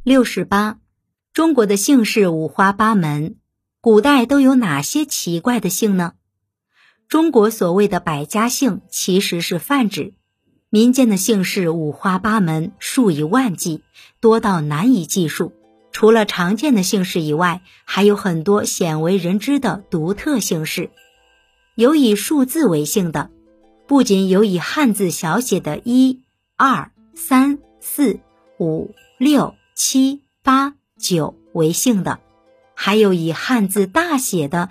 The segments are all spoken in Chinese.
68. 中国的姓氏五花八门，古代都有哪些奇怪的姓呢？中国所谓的百家姓其实是泛指，民间的姓氏五花八门，数以万计，多到难以计数。除了常见的姓氏以外，还有很多鲜为人知的独特姓氏。有以数字为姓的，不仅有以汉字小写的1、2、3、4、5、6、7、8、9为姓的，还有以汉字大写的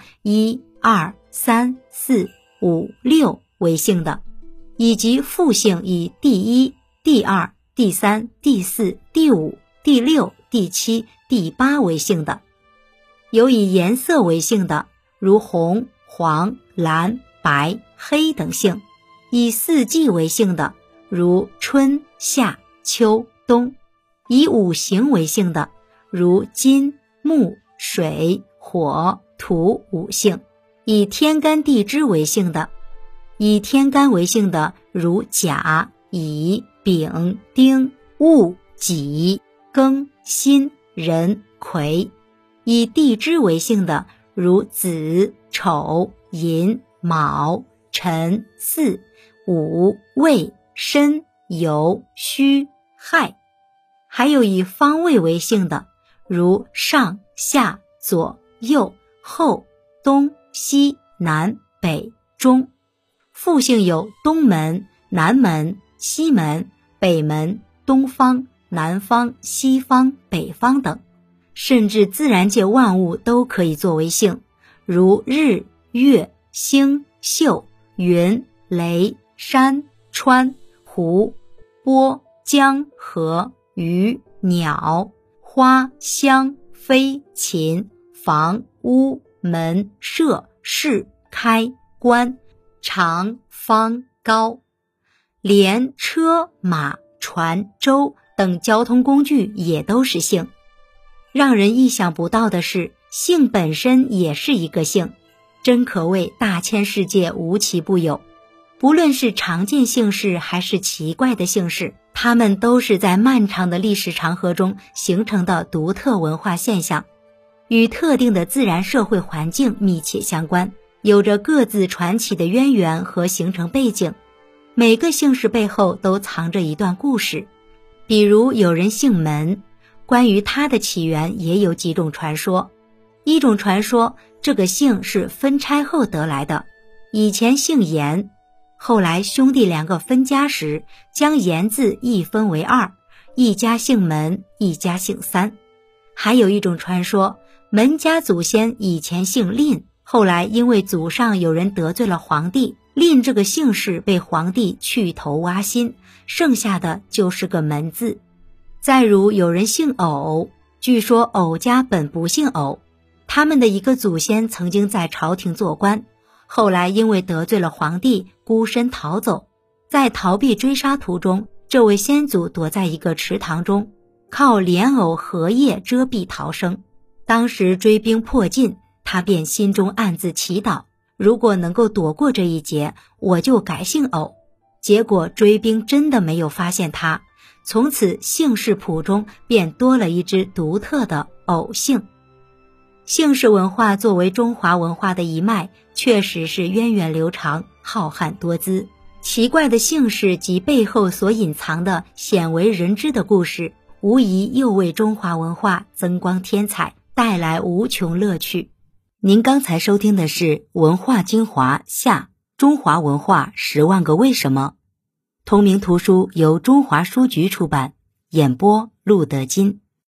1、2、3、4、5、6为姓的，以及复姓以第1、第2、第3、第4、第5、第6、第7、第8为姓的。有以颜色为姓的，如红、黄、蓝、白、黑等姓；以四季为姓的，如春、夏、秋、冬；以五行为姓的，如金、木、水、火、土五姓；以天干地支为姓的，以天干为姓的如甲、乙、丙、丁、戊、己、庚、辛、壬、癸；以地支为姓的如子、丑、寅、卯、辰、巳、午、未、申、酉、戌、亥；还有以方位为姓的，如上、下、左、右、后、东、西、南、北、中。复姓有东门、南门、西门、北门、东方、南方、西方、北方等。甚至自然界万物都可以作为姓，如日、月、星、宿、云、雷、山、川、湖、波、江、河、鱼、鸟、花、香、飞、禽、房、屋、门、舍、室、开、关、长、方、高。连车、马、船、舟等交通工具也都是姓。让人意想不到的是，姓本身也是一个姓，真可谓大千世界无奇不有。不论是常见姓氏还是奇怪的姓氏，它们都是在漫长的历史长河中形成的独特文化现象，与特定的自然社会环境密切相关，有着各自传奇的渊源和形成背景。每个姓氏背后都藏着一段故事。比如有人姓门，关于他的起源也有几种传说。一种传说，这个姓是分拆后得来的，以前姓严，后来兄弟两个分家时，将严字一分为二，一家姓门，一家姓三。还有一种传说，门家祖先以前姓蔺，后来因为祖上有人得罪了皇帝，蔺这个姓氏被皇帝去头挖心，剩下的就是个门字。再如有人姓偶，据说偶家本不姓偶，他们的一个祖先曾经在朝廷做官，后来因为得罪了皇帝，孤身逃走。在逃避追杀途中，这位先祖躲在一个池塘中，靠莲藕荷叶遮蔽逃生。当时追兵迫近，他便心中暗自祈祷，如果能够躲过这一劫，我就改姓偶。结果追兵真的没有发现他，从此姓氏谱中便多了一支独特的偶姓。姓氏文化作为中华文化的一脉，确实是源远流长，浩瀚多姿。奇怪的姓氏及背后所隐藏的鲜为人知的故事，无疑又为中华文化增光添彩，带来无穷乐趣。您刚才收听的是文化精华下中华文化10万个为什么，同名图书由中华书局出版，演播陆德金。